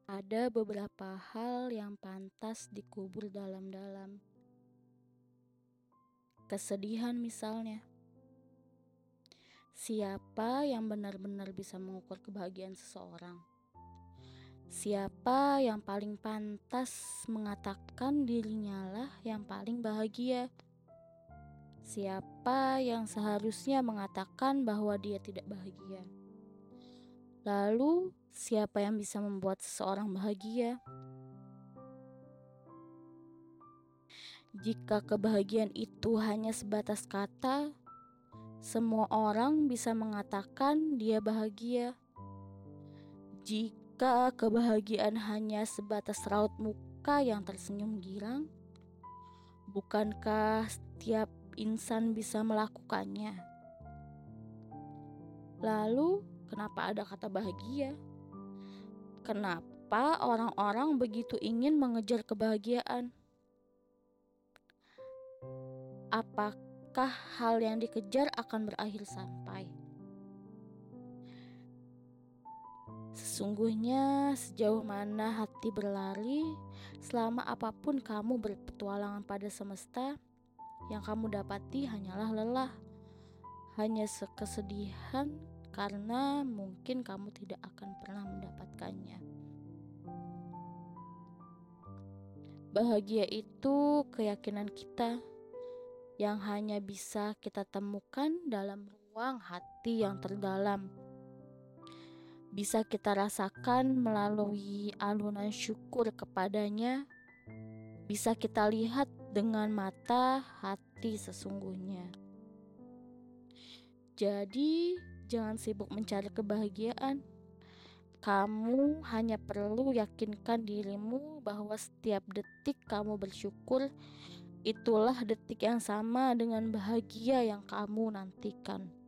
Ada beberapa hal yang pantas dikubur dalam-dalam. Kesedihan misalnya. Siapa yang benar-benar bisa mengukur kebahagiaan seseorang? Siapa yang paling pantas mengatakan dirinya lah yang paling bahagia? Siapa yang seharusnya mengatakan bahwa dia tidak bahagia? Lalu, siapa yang bisa membuat seseorang bahagia? Jika kebahagiaan itu hanya sebatas kata, semua orang bisa mengatakan dia bahagia. Jika kebahagiaan hanya sebatas raut muka yang tersenyum girang, bukankah setiap insan bisa melakukannya? Lalu, kenapa ada kata bahagia? Kenapa orang-orang begitu ingin mengejar kebahagiaan? Apakah hal yang dikejar akan berakhir sampai? Sesungguhnya sejauh mana hati berlari, selama apapun kamu berpetualangan pada semesta, yang kamu dapati hanyalah lelah, hanya kesedihan karena mungkin kamu tidak akan pernah mendapatkannya. Bahagia itu keyakinan kita yang hanya bisa kita temukan dalam ruang hati yang terdalam. Bisa kita rasakan melalui alunan syukur kepadanya. Bisa kita lihat dengan mata hati sesungguhnya. Jadi, jangan sibuk mencari kebahagiaan. Kamu hanya perlu yakinkan dirimu bahwa setiap detik kamu bersyukur, itulah detik yang sama dengan bahagia yang kamu nantikan.